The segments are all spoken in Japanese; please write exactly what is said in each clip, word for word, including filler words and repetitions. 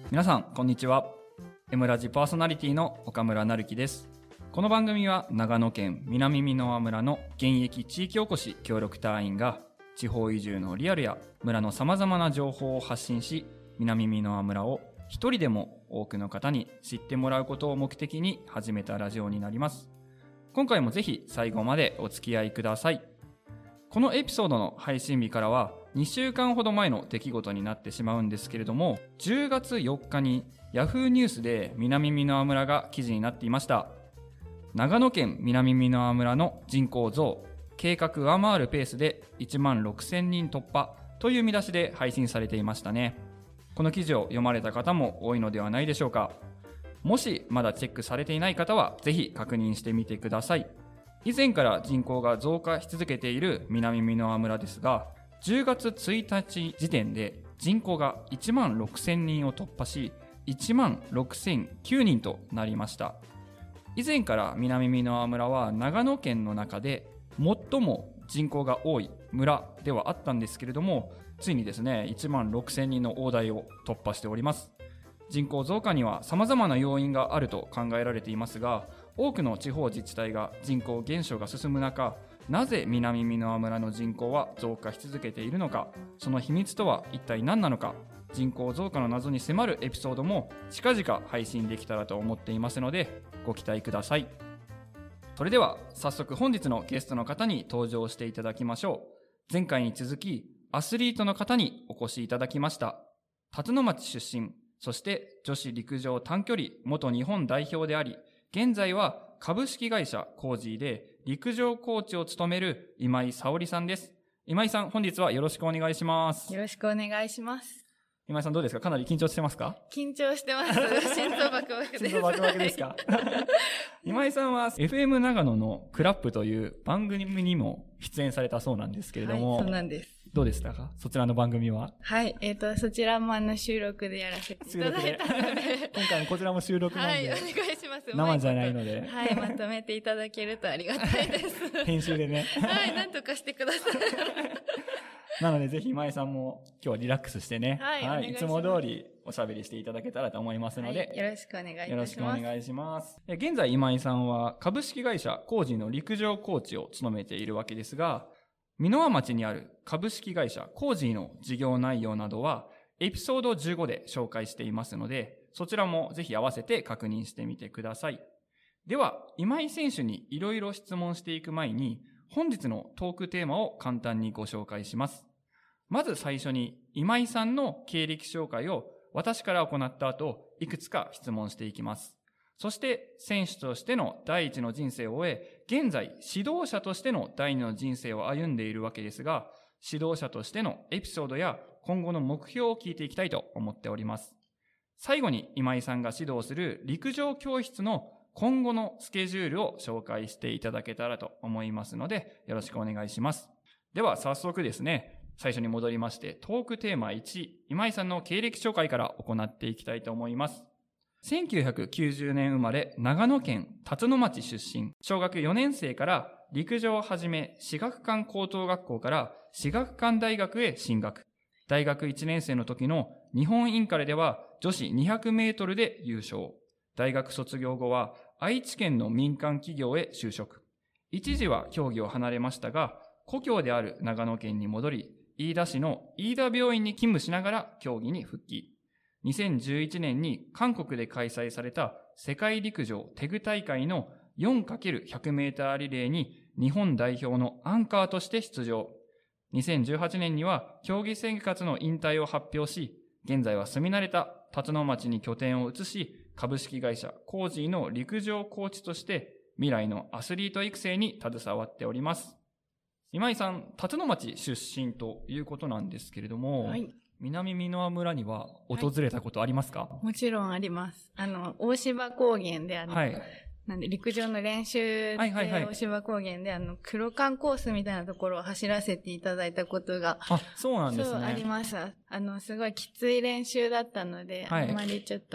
皆さんこんにちは。 M ラジパーソナリティの岡村成樹です。この番組は長野県南箕輪村の現役地域おこし協力隊員が地方移住のリアルや村のさまざまな情報を発信し、南箕輪村を一人でも多くの方に知ってもらうことを目的に始めたラジオになります。今回もぜひ最後までお付き合いください。このエピソードの配信日からはにしゅうかんほど前の出来事になってしまうんですけれども、じゅうがつよっかにヤフーニュースで南箕輪村が記事になっていました。長野県南箕輪村の人口増、計画上回るペースでいちまんろくせんにん突破という見出しで配信されていましたね。この記事を読まれた方も多いのではないでしょうか。もしまだチェックされていない方はぜひ確認してみてください。以前から人口が増加し続けている南箕輪村ですが、じゅうがつついたち時点で人口がいちまんろくせんにんを突破し、いちまんろくせんきゅうにんとなりました。以前から南箕輪村は長野県の中で最も人口が多い村ではあったんですけれども、ついにですねいちまんろくせんにんの大台を突破しております。人口増加には様々な要因があると考えられていますが、多くの地方自治体が人口減少が進む中、なぜ南箕輪村の人口は増加し続けているのか、その秘密とは一体何なのか、人口増加の謎に迫るエピソードも近々配信できたらと思っていますのでご期待ください。それでは早速本日のゲストの方に登場していただきましょう。前回に続きアスリートの方にお越しいただきました。辰野町出身、そして女子陸上短距離元日本代表であり、現在は株式会社コージーで陸上コーチを務める今井沙織さんです。今井さん、本日はよろしくお願いします。 よろしくお願いします。 今井さんどうですか？かなり緊張してますか？ 緊張してます。心臓バクバクです。 心臓バクバクですか？今井さんは エフエム 長野のクラップという番組にも出演されたそうなんですけれども、 はい、そうなんです。 どうでしたか？そちらの番組は。 はい、えっ、ー、と、そちらもあの収録でやらせていただいたので。 今回もこちらも収録なんで。 はい、お願いします。 生じゃないので。 はい、まとめていただけるとありがたいです。 編集でね。 はい、なんとかしてください。 なのでぜひ今井さんも今日はリラックスしてね、 はい、はい、 いつも通りおしゃべりしていただけたらと思いますので、 はい、よろしくお願いいたします。 よろしくお願いします。現在今井さんは株式会社コージーの陸上コーチを務めているわけですが、箕輪町にある株式会社コージーの事業内容などはエピソードじゅうごで紹介していますので、そちらもぜひ合わせて確認してみてください。では今井選手にいろいろ質問していく前に、本日のトークテーマを簡単にご紹介します。まず最初に今井さんの経歴紹介を私から行った後、いくつか質問していきます。そして選手としての第一の人生を終え、現在指導者としての第二の人生を歩んでいるわけですが、指導者としてのエピソードや今後の目標を聞いていきたいと思っております。最後に今井さんが指導する陸上教室の今後のスケジュールを紹介していただけたらと思いますので、よろしくお願いします。では早速ですね、最初に戻りまして、トークテーマいち、今井さんの経歴紹介から行っていきたいと思います。せんきゅうひゃくきゅうじゅうねん生まれ、長野県辰野町出身。小学よねん生から陸上をはじめ、至学館高等学校から至学館大学へ進学。大学いちねん生の時の日本インカレでは女子にひゃくメートルで優勝。大学卒業後は愛知県の民間企業へ就職。一時は競技を離れましたが、故郷である長野県に戻り、飯田市の飯田病院に勤務しながら競技に復帰。にせんじゅういちねんに韓国で開催された世界陸上テグ大会の よんかけるひゃくメーターリレーに日本代表のアンカーとして出場。にせんじゅうはちねんには競技生活の引退を発表し、現在は住み慣れた辰野町に拠点を移し、株式会社コージーの陸上コーチとして未来のアスリート育成に携わっております。今井さん、辰野町出身ということなんですけれども、はい、南箕輪村には訪れたことありますか？ はい、もちろんあります。あの、大芝高原であの、はい、なんで陸上の練習で、はいはいはい、大芝高原であの、黒缶コースみたいなところを走らせていただいたことが、 あ、そうなんですね。 そう、あります。あの、すごいきつい練習だったので、はい、あんまりちょっと、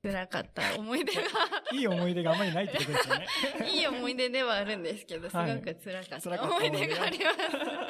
辛かった思い出が。 いい思い出があんまりないってことですよね。 いい思い出ではあるんですけど、すごく辛かった思い出があります。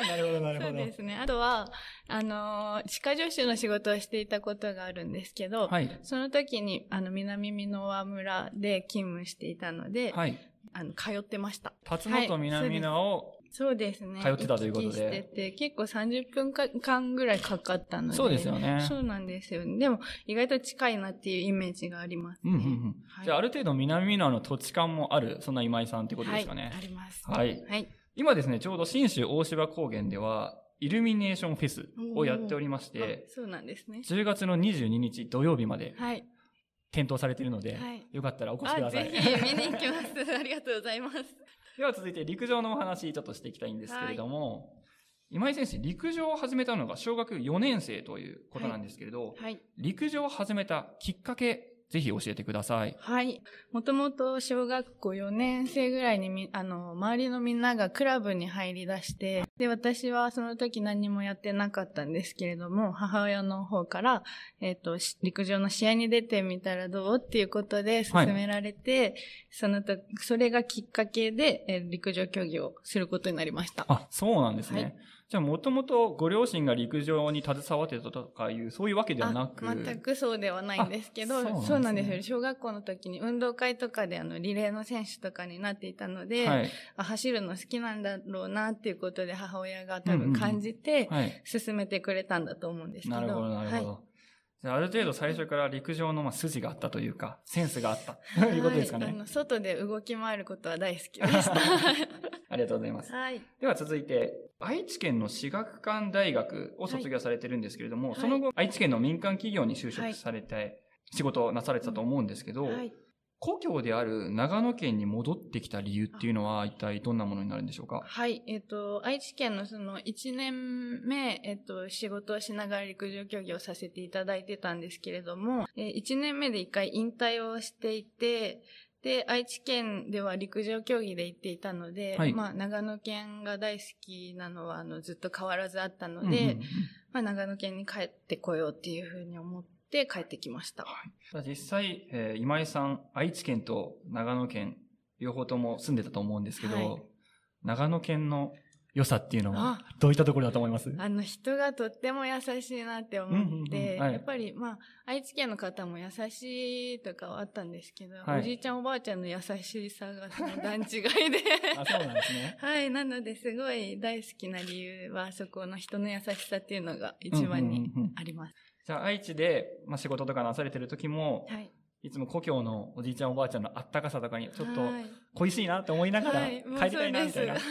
なるほど、なるほど。 そうですね。あとは、あの、歯科助手の仕事をしていたことがあるんですけど、はい、その時に、あの、南美濃輪村で勤務していたので、はい、あの、通ってました。 辰野と南野を、 そうですね。 通ってたということで。 行き来してて、結構さんじゅっぷんかんぐらいかかったので。 そうですよね。 そうなんですよね。でも、意外と近いなっていうイメージがありますね。うんうんうん。 はい、じゃあ、ある程度南野の土地勘もある、そんな今井さんってことですかね。 はい、あります。 はい。はい。今ですね、ちょうど信州大芝高原では、イルミネーションフェスをやっておりまして、 そうなんですね。 じゅうがつのにじゅうににち土曜日まで、はい。検討されているので、はい、よかったらお越しください。 ぜひ見に行きます。ありがとうございます。 では続いて陸上のお話ちょっとしていきたいんですけれども、はい、今井選手、陸上を始めたのが小学よねん生ということなんですけれど、はいはい、陸上を始めたきっかけ、ぜひ教えてください。 はい。もともと小学校よねん生ぐらいにみ、あの、周りのみんながクラブに入り出して、で、私はその時何もやってなかったんですけれども、母親の方から、えっと、陸上の試合に出てみたらどうっていうことで勧められて、はい、そのと、それがきっかけで、えー、陸上競技をすることになりました。 あ、そうなんですね。はい、じゃあ、もともとご両親が陸上に携わってたとかいう、そういうわけではなく。 全くそうではないんですけど、そうなんですね。そうなんですよ。小学校の時に運動会とかであの、リレーの選手とかになっていたので、はい、あ走るの好きなんだろうなっていうことで母親が多分感じて、進めてくれたんだと思うんですけど。 なるほど、なるほど。はい、じゃあ、ある程度最初から陸上のまあ筋があったというか、センスがあったということですかね。はい、あの外で動き回ることは大好きでした。 ありがとうございます。はい。では続いて、愛知県の私学館大学を卒業されてるんですけれども、はい、その後、愛知県の民間企業に就職されて、はい、仕事をなされてたと思うんですけど、はい、故郷である長野県に戻ってきた理由っていうのは一体どんなものになるんでしょうか？ はい。えっと、愛知県のそのいちねんめ、えっと、仕事をしながら陸上競技をさせていただいてたんですけれども、いちねんめで一回引退をしていて、で、愛知県では陸上競技で行っていたので、はい、まあ、長野県が大好きなのは、あの、ずっと変わらずあったので、うんうんうん、まあ、長野県に帰ってこようっていうふうに思って帰ってきました。 はい、実際、えー、今井さん、愛知県と長野県、両方とも住んでたと思うんですけど、はい、長野県の良さっていうのはどういったところだと思います？ あの人がとっても優しいなって思って、うんうんうんはい、やっぱりまあ愛知県の方も優しいとかはあったんですけど、はい、おじいちゃんおばあちゃんの優しさがその段違いであ、そうなんですね。 はい、なのですごい大好きな理由はそこの人の優しさっていうのが一番にあります。 うんうんうんうん、じゃあ愛知で、まあ、仕事とかなされてる時も、はいいつも故郷のおじいちゃんおばあちゃんのあったかさとかにちょっと恋しいなと思いながら帰りたいなみたいな。はい、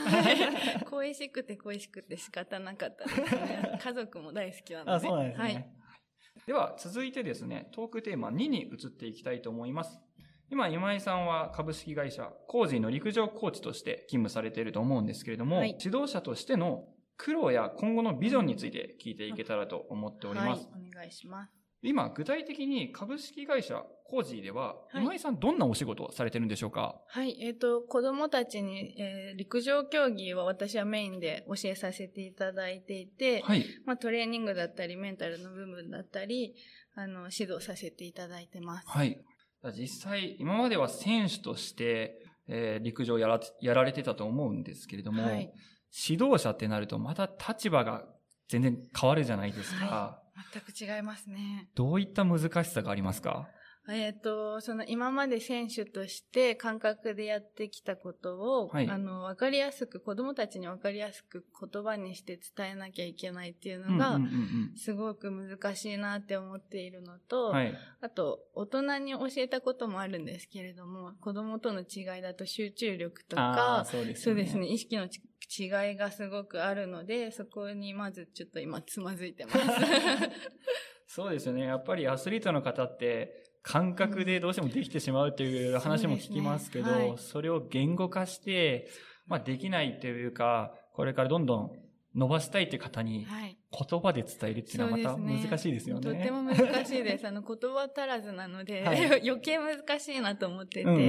恋しくて恋しくて仕方なかったですね。家族も大好きなので。 あ、そうなんですね。はい、では続いてですね、トークテーマにに移っていきたいと思います。今今井さんは株式会社コージーの陸上コーチとして勤務されていると思うんですけれども、はい、指導者としての苦労や今後のビジョンについて聞いていけたらと思っております。 はい、お願いします。 今、具体的に株式会社コージーでは、はい、今井さんどんなお仕事をされてるんでしょうか？ はい、えっと、子供たちに、えー、陸上競技を私はメインで教えさせていただいていて、はい、まあトレーニングだったりメンタルの部分だったり、あの、指導させていただいてます。 はい。実際、今までは選手として、えー、陸上やら、やられてたと思うんですけれども、はい、指導者ってなるとまた立場が全然変わるじゃないですか。はい全く違いますね。 どういった難しさがありますか？ えっと、その今まで選手として感覚でやってきたことを、はい、あの、わかりやすく、子供たちにわかりやすく言葉にして伝えなきゃいけないっていうのが、すごく難しいなって思っているのと、はい、あと、大人に教えたこともあるんですけれども、子供との違いだと集中力とか、そうですね、そうですね、意識の違いがすごくあるので、そこにまずちょっと今つまずいてます。 そうですよね。やっぱりアスリートの方って、感覚でどうしてもできてしまうという話も聞きますけど、 そ, ねはい、それを言語化して、まあできないというか、これからどんどん伸ばしたいという方に言葉で伝えるっていうのはまた難しいですよね。 はい、とても難しいです。あの言葉足らずなので、はい、余計難しいなと思ってて、うんうんうん、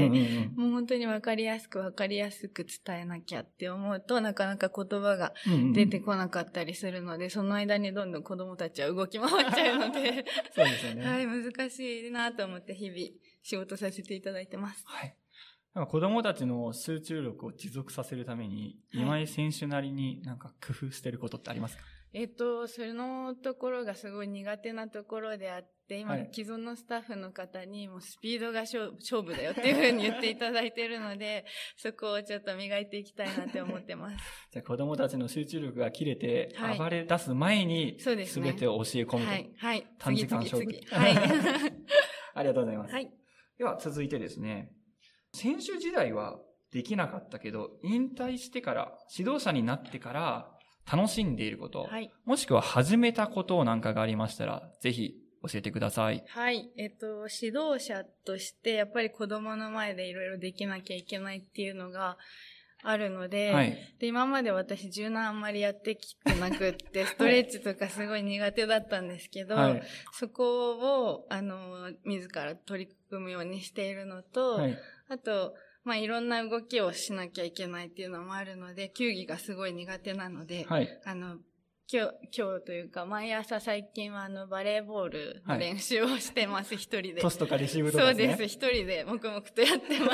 もう本当に分かりやすく分かりやすく伝えなきゃって思うと、なかなか言葉が出てこなかったりするので、うんうん、その間にどんどん子供たちは動き回っちゃうので、 そうですよね。 はい、難しいなと思って日々仕事させていただいてます。 はい。子供たちの集中力を持続させるために、はい、今井選手なりになんか工夫してることってありますか？ えっと、そのところがすごい苦手なところであって、今、はい、既存のスタッフの方にもうスピードが勝負だよっていうふうに言っていただいているので、そこをちょっと磨いていきたいなって思ってます。 じゃあ子供たちの集中力が切れて、はい、暴れ出す前に、そうですね。全てを教え込むと。はい。はい。短時間勝負。 次々次はい。 ありがとうございます。はい。では続いてですね、選手時代はできなかったけど、引退してから、指導者になってから楽しんでいること、はい、もしくは始めたことなんかがありましたら、ぜひ教えてください。 はい。えっと、指導者として、やっぱり子供の前でいろいろできなきゃいけないっていうのがあるので、はい、で今まで私柔軟あんまりやってきてなくって、ストレッチとかすごい苦手だったんですけど、はい、そこを、あの、自ら取り組むようにしているのと、はい、あと、まあ、いろんな動きをしなきゃいけないっていうのもあるので、球技がすごい苦手なので、はい、あの、今日、今日というか、毎朝最近はあの、バレーボールの練習をしてます、一、はい、人で。 トスとかレシーブとかですね。 そうです、一人で黙々とやってます。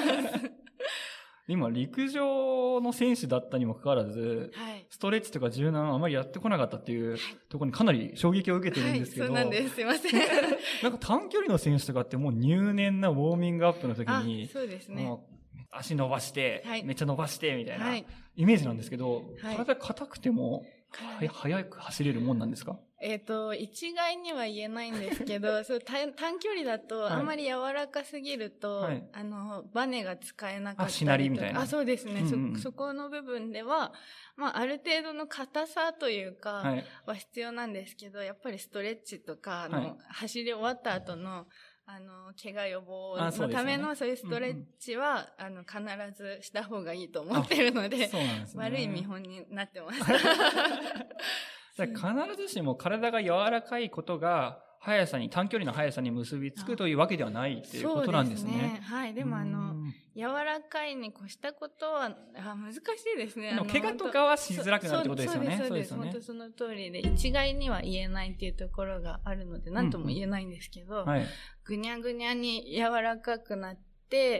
今、陸上の選手だったにもかかわらず、はい、ストレッチとか柔軟あまりやってこなかったっていうところにかなり衝撃を受けてるんですけど。 はい、そうなんです。すいません。 なんか短距離の選手とかってもう入念なウォーミングアップの時に、 そうですね。 足伸ばして、はい、めっちゃ伸ばして、みたいなイメージなんですけど、はい、体硬くても、はい、速く走れるもんなんですか？ えっと、一概には言えないんですけど、そう短距離だと、あんまり柔らかすぎると、はい、あの、バネが使えなかったりとか。あ、 しなりみたいな。 あ、そうですね。うんうん、そ、そこの部分では、まあ、ある程度の硬さというか、は必要なんですけど、やっぱりストレッチとか、あの、はい、走り終わった後の、あの、怪我予防のためのそういうストレッチは、あの、必ずした方がいいと思ってるので、そうなんですね、悪い見本になってます。 必ずしも体が柔らかいことが、速さに、短距離の速さに結びつくというわけではないっていうことなんですね。そうですね。 はい。でもあの、柔らかいに越したことは、あ難しいですね。 でも怪我とかはしづらくなるってことですよね。 そうです、そうです。本当その通りで、一概には言えないっていうところがあるので、何とも言えないんですけど、うんうんはい、ぐにゃぐにゃに柔らかくなって、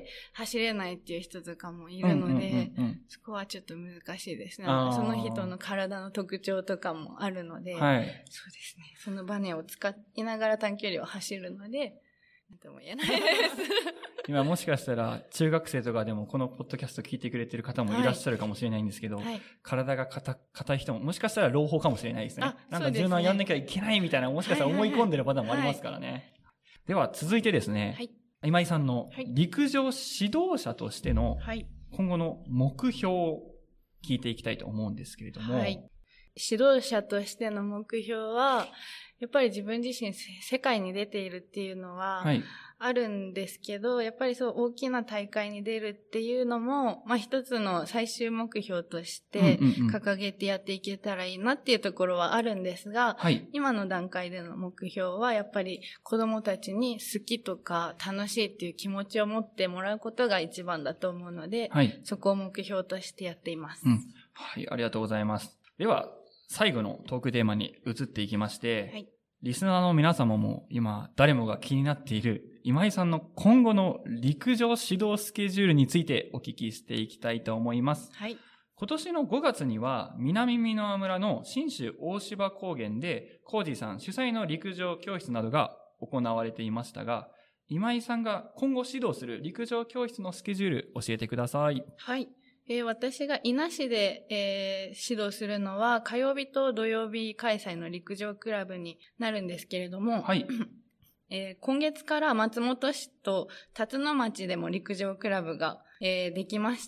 走れないっていう人とかもいるので、うんうんうんうん、そこはちょっと難しいですね。その人の体の特徴とかもあるので、はい、そうですね。そのバネを使いながら短距離を走るので、なんとも言えないです。 今もしかしたら中学生とかでもこのポッドキャスト聞いてくれてる方もいらっしゃるかもしれないんですけど、はい、体が硬い人ももしかしたら朗報かもしれないですね。なんか柔軟やんなきゃいけないみたいな、もしかしたら思い込んでるパターンもありますからね。はいはいはい、では続いてですね、はい、今井さんの陸上指導者としての今後の目標を聞いていきたいと思うんですけれども、はい、 指導者としての目標はやっぱり自分自身世界に出ているっていうのはあるんですけど、はい、やっぱりそう大きな大会に出るっていうのも、まあ一つの最終目標として掲げてやっていけたらいいなっていうところはあるんですが、はい、今の段階での目標はやっぱり子どもたちに好きとか楽しいっていう気持ちを持ってもらうことが一番だと思うので、はい、そこを目標としてやっています、 うん。はい、ありがとうございます。では、最後のトークテーマに移っていきまして、はい、リスナーの皆様も今誰もが気になっている今井さんの今後の陸上指導スケジュールについてお聞きしていきたいと思います。はい、今年のごがつには南箕輪村の信州大芝高原でコージーさん主催の陸上教室などが行われていましたが、今井さんが今後指導する陸上教室のスケジュール教えてください。 はい。えー、私が伊那市で、えー、指導するのは火曜日と土曜日開催の陸上クラブになるんですけれども、はいえー、今月から松本市と辰野町でも陸上クラブが、えー、できまして、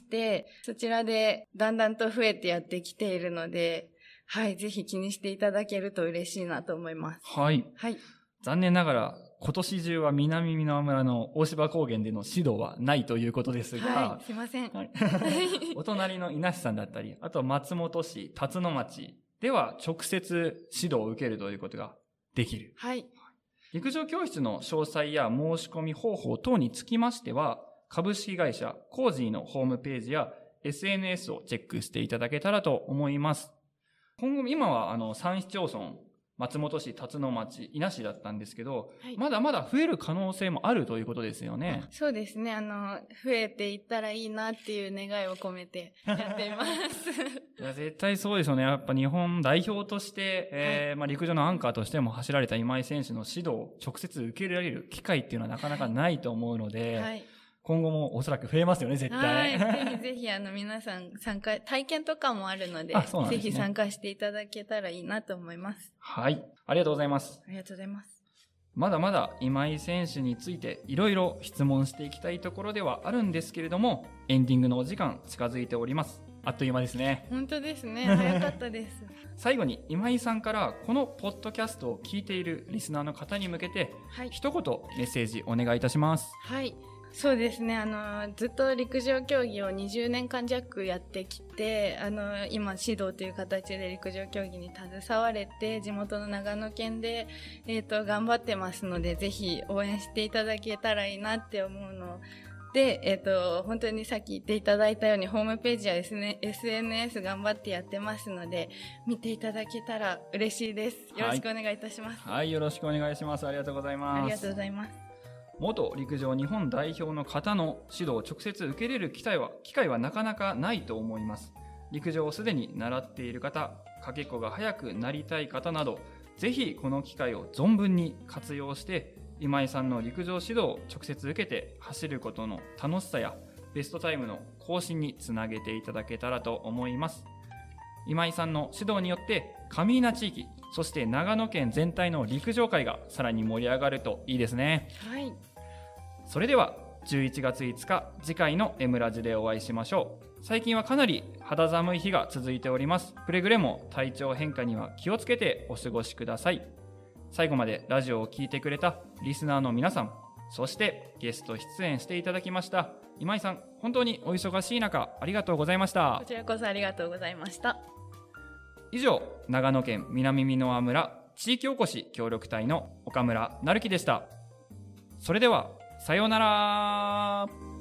そちらでだんだんと増えてやってきているので、はい、ぜひ気にしていただけると嬉しいなと思います。 はい。はい。残念ながら今年中は南箕輪村の大芝高原での指導はないということですが、 はい、すいません。はい、 お隣の伊那市さんだったり、あと松本市、辰野町では直接指導を受けるということができる。 はい。 陸上教室の詳細や申し込み方法等につきましては、株式会社コージーのホームページや エスエヌエス をチェックしていただけたらと思います。今後、今はあのさん市町村、松本市、辰野町、伊那市だったんですけど、はい、まだまだ増える可能性もあるということですよね。 そうですね。あの、増えていったらいいなっていう願いを込めてやっています。 いや、絶対そうですよね。やっぱ日本代表として、えーはい、まあ、陸上のアンカーとしても走られた今井選手の指導を直接受けられる機会っていうのはなかなかないと思うので、はいはい、今後もおそらく増えますよね、絶対。 はい。ぜひぜひ、あの、皆さん参加、体験とかもあるので、でね、ぜひ参加していただけたらいいなと思います。 はい。ありがとうございます。 ありがとうございます。 まだまだ今井選手についていろいろ質問していきたいところではあるんですけれども、エンディングのお時間近づいております。あっという間ですね。 本当ですね。早かったです。 最後に今井さんからこのポッドキャストを聞いているリスナーの方に向けて、はい、一言メッセージお願いいたします。 はい。そうですね。あの、ずっと陸上競技をにじゅうねんかん弱やってきて、あの、今指導という形で陸上競技に携われて、地元の長野県で、えっと、頑張ってますので、ぜひ応援していただけたらいいなって思うので、えっと、本当にさっき言っていただいたように、ホームページや エスエヌエス 頑張ってやってますので、見ていただけたら嬉しいです。よろしくお願いいたします。 はい、はい、よろしくお願いします。ありがとうございます。 ありがとうございます。 元陸上日本代表の方の指導を直接受けれる機会は、機会はなかなかないと思います。陸上をすでに習っている方、かけっこが速くなりたい方など、ぜひこの機会を存分に活用して、今井さんの陸上指導を直接受けて走ることの楽しさやベストタイムの更新につなげていただけたらと思います。今井さんの指導によって上伊那地域、そして長野県全体の陸上界がさらに盛り上がるといいですね。 はい。 それではじゅういちがついつか、次回の M ラジでお会いしましょう。最近はかなり肌寒い日が続いております。くれぐれも体調変化には気をつけてお過ごしください。最後までラジオを聞いてくれたリスナーの皆さん、そしてゲスト出演していただきました今井さん、本当にお忙しい中ありがとうございました。 こちらこそありがとうございました。 以上、長野県南箕輪村地域おこし協力隊の岡村成樹でした。それではさようなら。